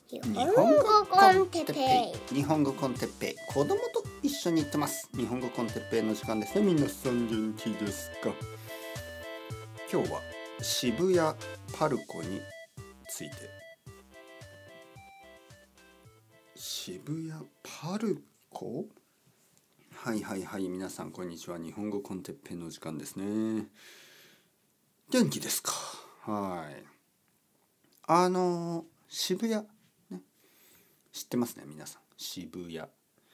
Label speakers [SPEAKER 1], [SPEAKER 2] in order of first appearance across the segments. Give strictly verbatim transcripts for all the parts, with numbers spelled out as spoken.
[SPEAKER 1] 日本語コンテッペイ日本語コンテッペイ子供と一緒に行ってます。日本語コンテッペイの時間ですね。皆さん元気ですか？今日は渋谷パルコについて。渋谷パルコ？はいはいはい、皆さんこんにちは。日本語コンテッペイの時間ですね。元気ですか？はい。あの渋谷ね、知ってますね皆さん。渋谷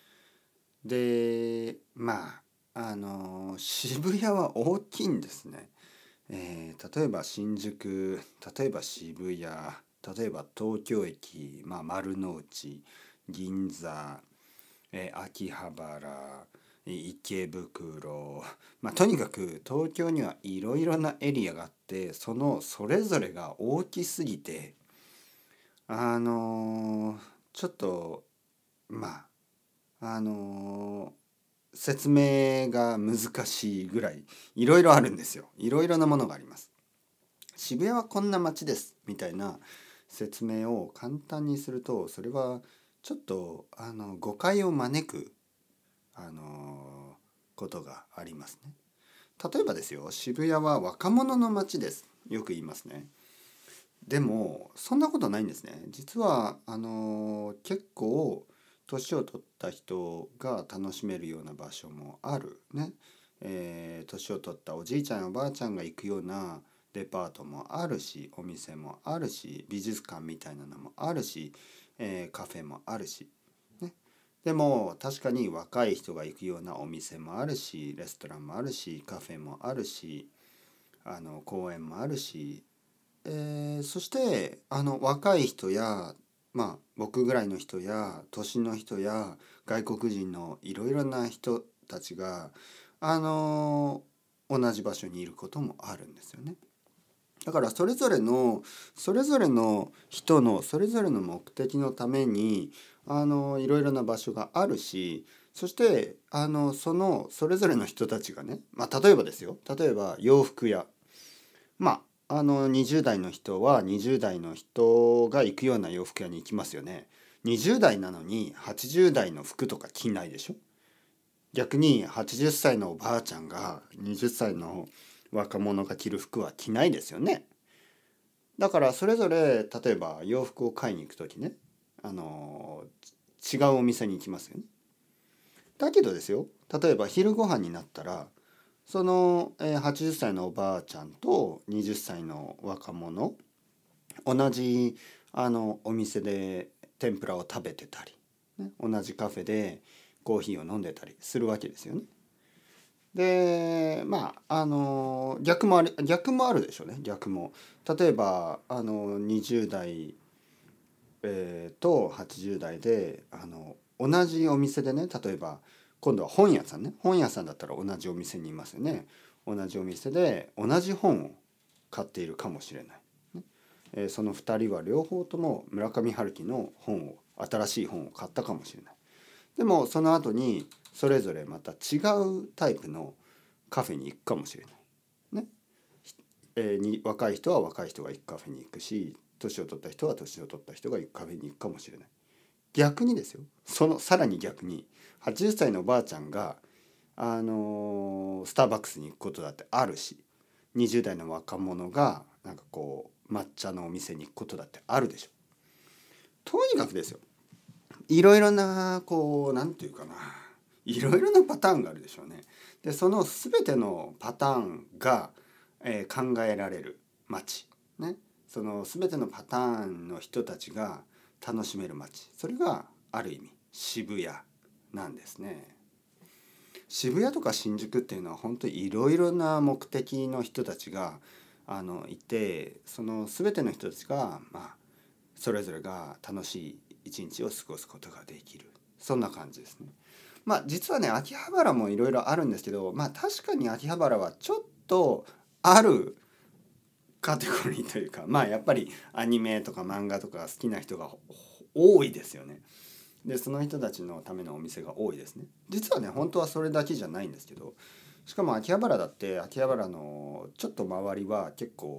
[SPEAKER 1] で、まああの渋谷は大きいんですね。えー、例えば新宿、例えば渋谷、例えば東京駅、まあ、丸の内、銀座、えー、秋葉原、池袋、まあ、とにかく東京にはいろいろなエリアがあって、そのそれぞれが大きすぎて、あのーちょっとまああのー説明が難しいぐらいいろいろあるんですよ。いろいろなものがあります。渋谷はこんな街ですみたいな説明を簡単にすると、それはちょっとあの誤解を招くあのことがありますね。例えばですよ、渋谷は若者の街です。よく言いますね。でもそんなことないんですね。実はあの結構年を取った人が楽しめるような場所もあるね。えー年を取ったおじいちゃんおばあちゃんが行くようなデパートもあるし、お店もあるし、美術館みたいなのもあるし、えーカフェもあるし、ね。でも確かに若い人が行くようなお店もあるし、レストランもあるし、カフェもあるし、あの公園もあるし、えーそしてあの若い人や、まあ僕ぐらいの人や年の人や外国人のいろいろな人たちがあの同じ場所にいることもあるんですよね。だからそれぞれのそれぞれの人のそれぞれの目的のためにあのいろいろな場所があるし、そしてあのそのそれぞれの人たちがね、まあ例えばですよ、例えば洋服屋、まああのにじゅう代の人はにじゅう代の人が行くような洋服屋に行きますよね。にじゅう代なのにはちじゅう代の服とか着ないでしょ。逆にはちじゅっさいのおばあちゃんがはたちの若者が着る服は着ないですよね。だからそれぞれ例えば洋服を買いに行く時ね、あの違うお店に行きますよね。だけどですよ、例えば昼ご飯になったらその、えーはちじゅっさいのおばあちゃんとはたちの若者、同じあのお店で天ぷらを食べてたり、ね、同じカフェでコーヒーを飲んでたりするわけですよね。でまああの逆もある逆もあるでしょうね。逆も例えばあのにじゅう代、えーとはちじゅう代であの同じお店でね、例えば今度は本屋さんね、本屋さんだったら同じお店にいますよね。同じお店で同じ本を買っているかもしれない、ね。えーそのふたりは両方とも村上春樹の本を新しい本を買ったかもしれない。でもその後にそれぞれまた違うタイプのカフェに行くかもしれない。ね。えーに若い人は若い人が行くカフェに行くし、年を取った人は年を取った人が行くカフェに行くかもしれない。逆にですよ、そのさらに逆にはちじゅっさいのおばあちゃんがあのースターバックスに行くことだってあるし、にじゅう代の若者がなんかこう抹茶のお店に行くことだってあるでしょ。とにかくですよ、いろいろなこうなんていうかな、いろいろなパターンがあるでしょうね。でその全てのパターンが、えー考えられる街ね、その全てのパターンの人たちが楽しめる街、それがある意味渋谷なんですね。渋谷とか新宿っていうのは本当にいろいろな目的の人たちがあのいて、その全ての人たちが、まあ、それぞれが楽しい一日を過ごすことができる、そんな感じですね。まあ実はね、秋葉原もいろいろあるんですけど、まあ確かに秋葉原はちょっとあるカテゴリーというか、まあやっぱりアニメとか漫画とか好きな人が多いですよね。でその人たちのためのお店が多いですね。実はね本当はそれだけじゃないんですけど、しかも秋葉原だって秋葉原のちょっと周りは結構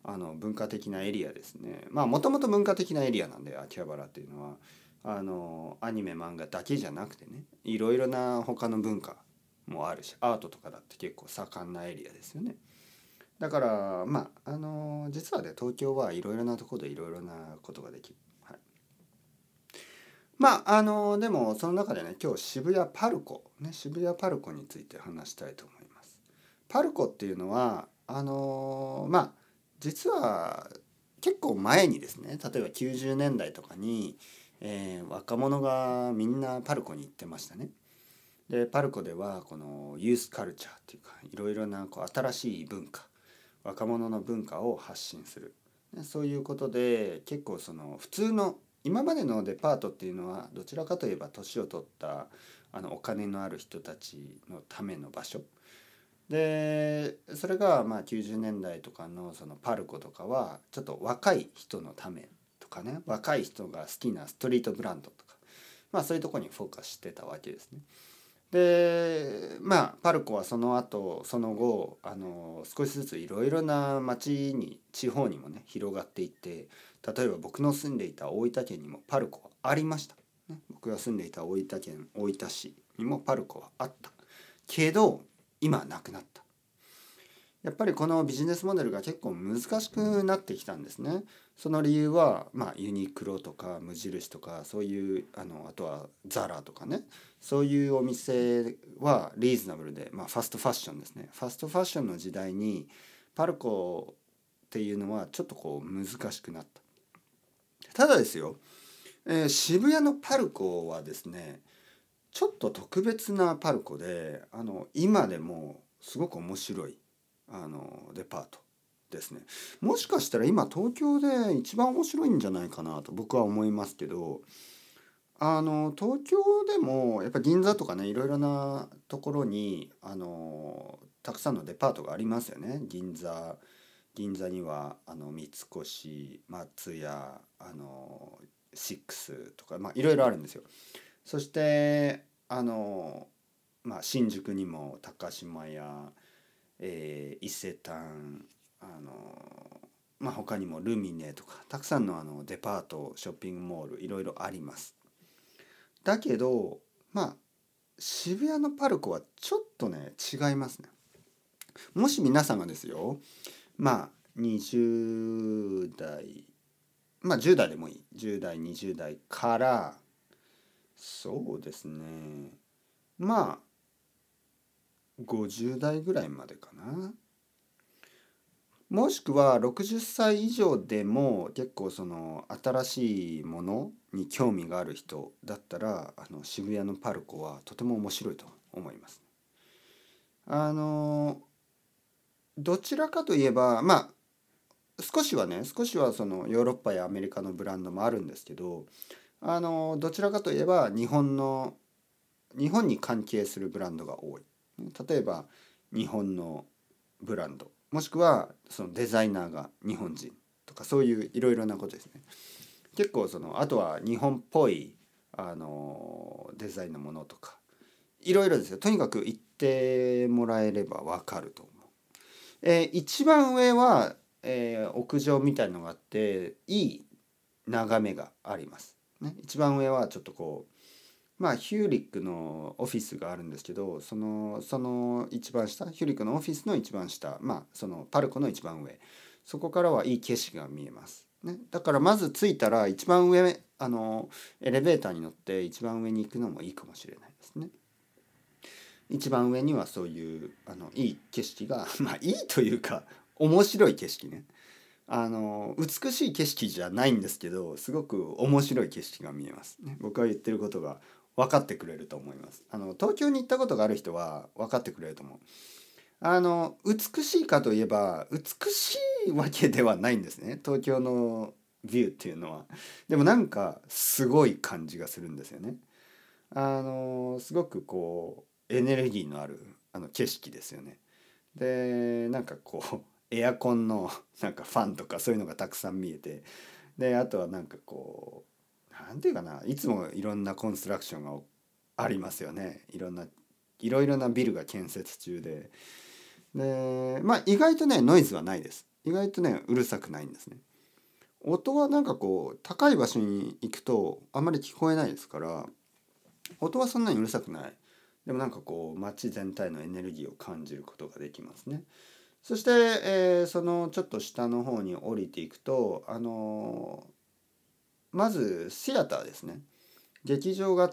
[SPEAKER 1] あの文化的なエリアですね。まあもともと文化的なエリアなんで秋葉原っていうのはあのアニメ漫画だけじゃなくてね、いろいろな他の文化もあるし、アートとかだって結構盛んなエリアですよね。だからまああの実はね東京はいろいろなところでいろいろなことができる。はい、まああのでもその中でね今日渋谷パルコね渋谷パルコについて話したいと思います。パルコっていうのはあのまあ実は結構前にですね、例えばきゅうじゅうねんだいとかに、えー若者がみんなパルコに行ってましたね。でパルコではこのユースカルチャーっていうかいろいろなこう新しい文化、若者の文化を発信する、そういうことで結構その普通の今までのデパートっていうのはどちらかといえば年を取ったあのお金のある人たちのための場所で、それがまあきゅうじゅうねんだいとかのそのパルコとかはちょっと若い人のためとかね、若い人が好きなストリートブランドとか、まあそういうとこにフォーカスしてたわけですね。でまあパルコはその後その後あの少しずついろいろな町に地方にもね広がっていって、例えば僕の住んでいた大分県にもパルコはありました、ね、僕が住んでいた大分県大分市にもパルコはあったけど今はなくなった。やっぱりこのビジネスモデルが結構難しくなってきたんですね。その理由は、まあ、ユニクロとか無印とかそういうあのあとはザラとかね、そういうお店はリーズナブルで、まあ、ファストファッションですね。ファストファッションの時代にパルコっていうのはちょっとこう難しくなった。ただですよ、えー渋谷のパルコはですねちょっと特別なパルコで、あの今でもすごく面白いあのデパートですね。もしかしたら今東京で一番面白いんじゃないかなと僕は思いますけど、あの東京でもやっぱ銀座とかねいろいろなところにあのたくさんのデパートがありますよね。銀座銀座にはあの三越松屋あのシックスとかまあいろいろあるんですよ。そしてあの、まあ、新宿にも高島屋、えー伊勢丹あの、まあ、他にもルミネとかたくさんのあのデパートショッピングモールいろいろあります。だけどまあ渋谷のパルコはちょっとね違いますね。もし皆さんがですよ、まあにじゅう代まあじゅう代でもいいじゅう代にじゅう代からそうですねまあごじゅう代ぐらいまでかな。もしくはろくじゅっさい以上でも結構その新しいものに興味がある人だったらあの渋谷のパルコはとても面白いと思います。あのどちらかといえばまあ少しはね少しはそのヨーロッパやアメリカのブランドもあるんですけど、あのどちらかといえば日本の日本に関係するブランドが多い。例えば日本のブランドもしくはそのデザイナーが日本人とかそういういろいろなことですね。結構そのあとは日本っぽいあのデザインのものとかいろいろですよ。とにかく言ってもらえればわかると思う。えー一番上は、えー屋上みたいのがあっていい眺めがあります。ね、一番上はちょっとこうまあヒューリックのオフィスがあるんですけど、そのその一番下ヒューリックのオフィスの一番下、まあそのパルコの一番上、そこからはいい景色が見えます。ね、だからまず着いたら一番上あのエレベーターに乗って一番上に行くのもいいかもしれないですね。一番上にはそういうあのいい景色がまあいいというか面白い景色ね。あの美しい景色じゃないんですけどすごく面白い景色が見えますね。僕が言ってることが分かってくれると思います。あの東京に行ったことがある人は分かってくれると思う。あの美しいかといえば美しいわけではないんですね、東京のビューっていうのは。でもなんかすごい感じがするんですよね。あのすごくこうエネルギーのあるあの景色ですよね。でなんかこうエアコンのなんかファンとかそういうのがたくさん見えて、であとはなんかこうなんていうかないつもいろんなコンストラクションがありますよね。いろんないろいろなビルが建設中で、でまあ意外とねノイズはないです。 意外とねうるさくないんですね。音はなんかこう高い場所に行くとあまり聞こえないですから、音はそんなにうるさくない。でもなんかこう街全体のエネルギーを感じることができますね。そして、えーそのちょっと下の方に降りていくと、あのーまずシアターですね。劇場があって、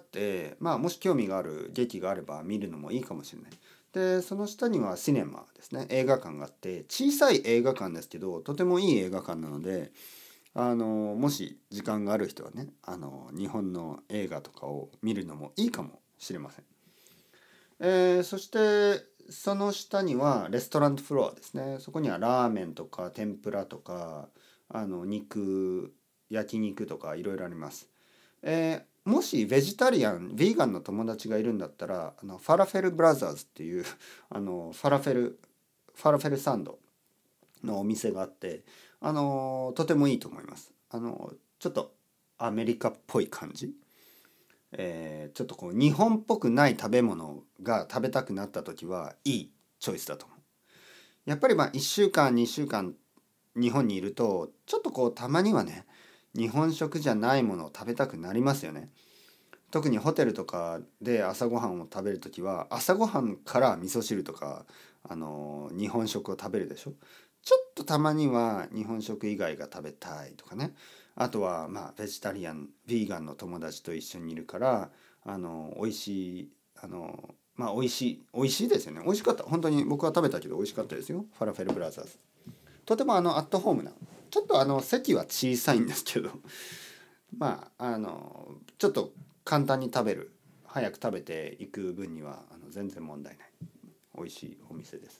[SPEAKER 1] まあ、もし興味がある劇があれば見るのもいいかもしれない。でその下にはシネマですね、映画館があって、小さい映画館ですけどとてもいい映画館なので、あのもし時間がある人はね、あの日本の映画とかを見るのもいいかもしれません。えーそしてその下にはレストランフロアですね。そこにはラーメンとか天ぷらとか、あの肉、焼肉とかいろいろあります。えーもしベジタリアン、ヴィーガンの友達がいるんだったら、あのファラフェルブラザーズっていうあのファラフェルファラフェルサンドのお店があって、あのとてもいいと思います。あのちょっとアメリカっぽい感じ、えーちょっとこう日本っぽくない食べ物が食べたくなった時はいいチョイスだと思う。やっぱりまあいっしゅうかんにしゅうかん日本にいるとちょっとこうたまにはね、日本食じゃないものを食べたくなりますよね。特にホテルとかで朝ごはんを食べるときは朝ごはんから味噌汁とか、あの日本食を食べるでしょ。ちょっとたまには日本食以外が食べたいとかね。あとはまあベジタリアンヴィーガンの友達と一緒にいるから、あの美味しい、あのまあ美味しい美味しいですよね。美味しかった。本当に僕は食べたけど美味しかったですよ、ファラフェルブラザーズ。とてもあのアットホームな、ちょっとあの席は小さいんですけど、まああのちょっと簡単に食べる、早く食べていく分にはあの全然問題ない美味しいお店です。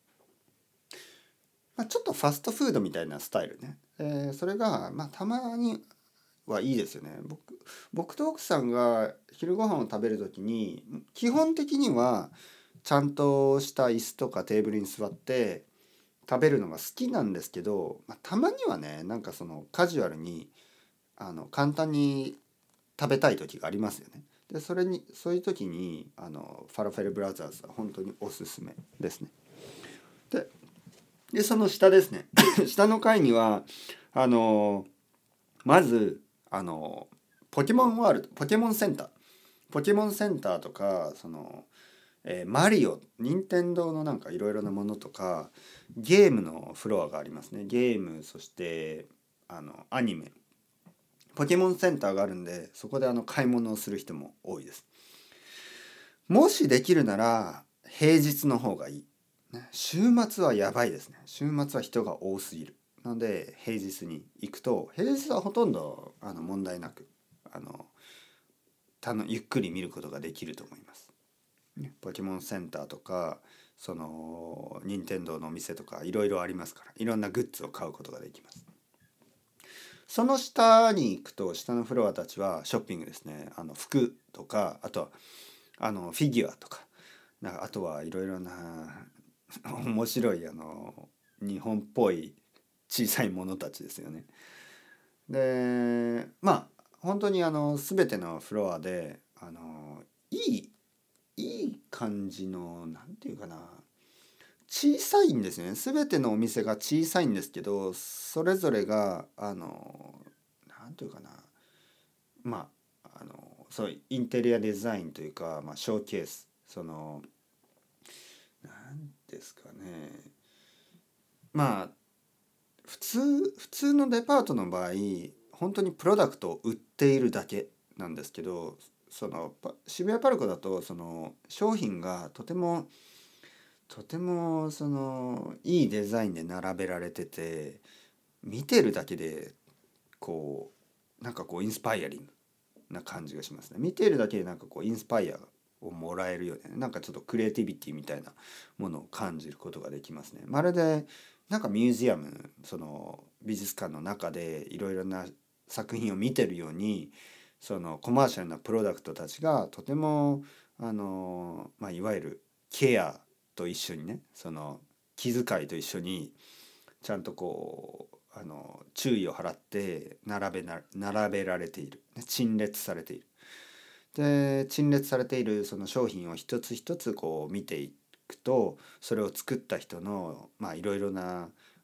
[SPEAKER 1] まあ、ちょっとファストフードみたいなスタイルね、えーそれがまあたまにはいいですよね。僕僕と奥さんが昼ご飯を食べる時に基本的にはちゃんとした椅子とかテーブルに座って食べるのが好きなんですけど、まあ、たまにはね、なんかそのカジュアルにあの簡単に食べたい時がありますよね。でそれにそういう時にあのファラフェルブラザーズは本当におすすめですね。ででその下ですね下の階にはあのまずあのポケモンワールド、ポケモンセンターポケモンセンターとか、その、えーマリオ、任天堂のなんかいろいろなものとか、ゲームのフロアがありますね。ゲーム、そしてあのアニメ、ポケモンセンターがあるんで、そこであの買い物をする人も多いです。もしできるなら平日の方がいい。ね、週末はやばいですね。週末は人が多すぎる。なので平日に行くと、平日はほとんどあの問題なく、あのたのゆっくり見ることができると思います。ね、ポケモンセンターとか、その任天堂のお店とかいろいろありますから、いろんなグッズを買うことができます。その下に行くと、下のフロアたちはショッピングですね。あの服とか、あとはあのフィギュアとか、なんかあとはいろいろな面白いあの日本っぽい小さいものたちですよね。で、まあ本当にあの全てのフロアであのいいいい感じの、なんていうかな、小さいんですね。全てのお店が小さいんですけど、それぞれがあのなんていうかな、まああのそうインテリアデザインというか、まあ、ショーケース、そのなんですかね、まあ普通普通のデパートの場合本当にプロダクトを売っているだけなんですけど、そのパ渋谷パルコだとその商品がとてもとてもそのいいデザインで並べられてて、見てるだけでこうなんかこうインスパイアリングな感じがしますね。見ているだけでなんかこうインスパイアをもらえるような、なんかちょっとクリエイティビティみたいなものを感じることができますね。まるでなんかミュージアム、その美術館の中でいろいろな作品を見てるように、そのコマーシャルなプロダクトたちがとてもあの、まあ、いわゆるケアと一緒にね、その気遣いと一緒にちゃんとこうあの注意を払って並べな並べられている、陳列されている。で陳列されているその商品を一つ一つこう見ていくと、それを作った人のまあいろいろな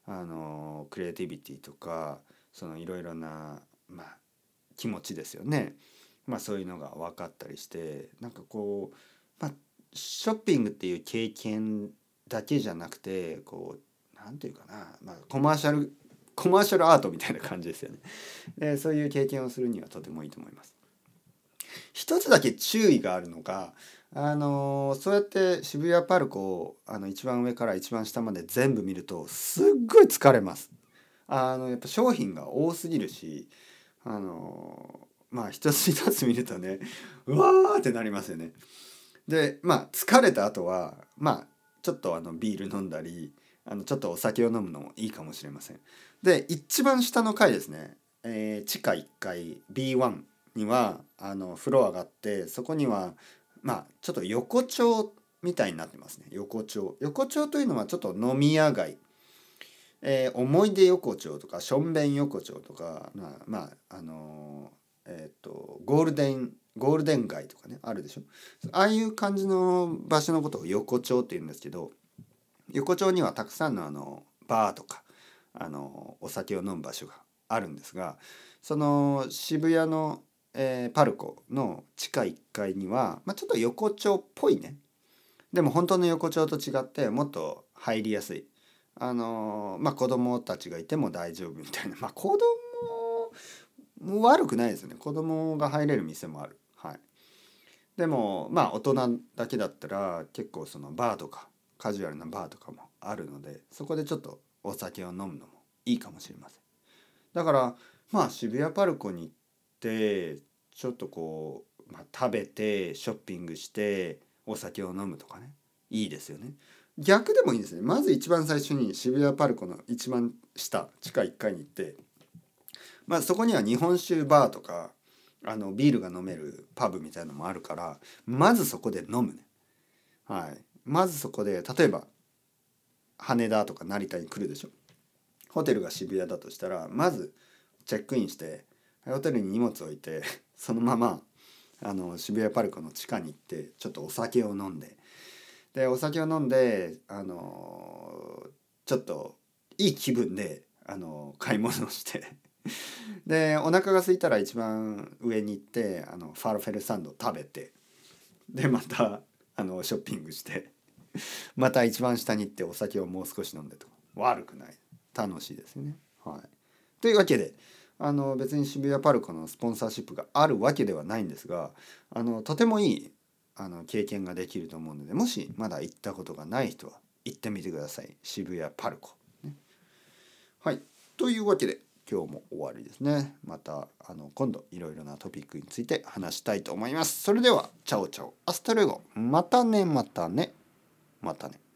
[SPEAKER 1] あのクリエイティビティとかそのいろいろな、まあ、気持ちですよね。まあそういうのが分かったりして、なんかこう、まあ、ショッピングっていう経験だけじゃなくて、こうなんていうかな、まあ、コマーシャルコマーシャルアートみたいな感じですよね。でそういう経験をするにはとてもいいと思います。一つだけ注意があるのが、あのそうやって渋谷パルコをあの一番上から一番下まで全部見るとすっごい疲れます。あのやっぱ商品が多すぎるし、あのまあ一つ一つ見るとね、うわーってなりますよね。でまあ疲れた後はまあちょっとあのビール飲んだり、あのちょっとお酒を飲むのもいいかもしれません。で一番下の階ですね、えー地下いっかい ビーワン にはあのフロアがあって、そこにはまあちょっと横丁みたいになってますね。横丁横丁というのはちょっと飲み屋街、えー思い出横丁とかしょんべん横丁とか、まあまああのーえっ、とゴールデンゴールデン街とかねあるでしょ。ああいう感じの場所のことを横丁って言うんですけど、横丁にはたくさんのあのバーとかあのお酒を飲む場所があるんですが、その渋谷の、えーパルコの地下いっかいには、まあ、ちょっと横丁っぽいね、でも本当の横丁と違ってもっと入りやすい、あのまあ子供たちがいても大丈夫みたいな、まあ子供悪くないですよね。子供が入れる店もある。はい。でもまあ大人だけだったら結構そのバーとかカジュアルなバーとかもあるので、そこでちょっとお酒を飲むのもいいかもしれません。だからまあ渋谷パルコに行ってちょっとこう、まあ、食べてショッピングしてお酒を飲むとかね、いいですよね。逆でもいいですね。まず一番最初に渋谷パルコの一番下地下いっかいに行って、まあそこには日本酒バーとかあのビールが飲めるパブみたいなのもあるから、まずそこで飲むね。はい。まずそこで例えば羽田とか成田に来るでしょ。ホテルが渋谷だとしたらまずチェックインしてホテルに荷物を置いてそのままあの渋谷パルコの地下に行ってちょっとお酒を飲んで、でお酒を飲んであのちょっといい気分であの買い物をしてでお腹が空いたら一番上に行ってあのファルフェルサンドを食べて、でまたあのショッピングしてまた一番下に行ってお酒をもう少し飲んでとか、悪くない、楽しいですよね。はい。というわけであの別に渋谷パルコのスポンサーシップがあるわけではないんですが、あのとてもいいあの経験ができると思うので、もしまだ行ったことがない人は行ってみてください。渋谷パルコ、ね。はい。というわけで今日も終わりですね。またあの今度いろいろなトピックについて話したいと思います。それではチャオチャオアスタルエゴ、またねまたねまたね。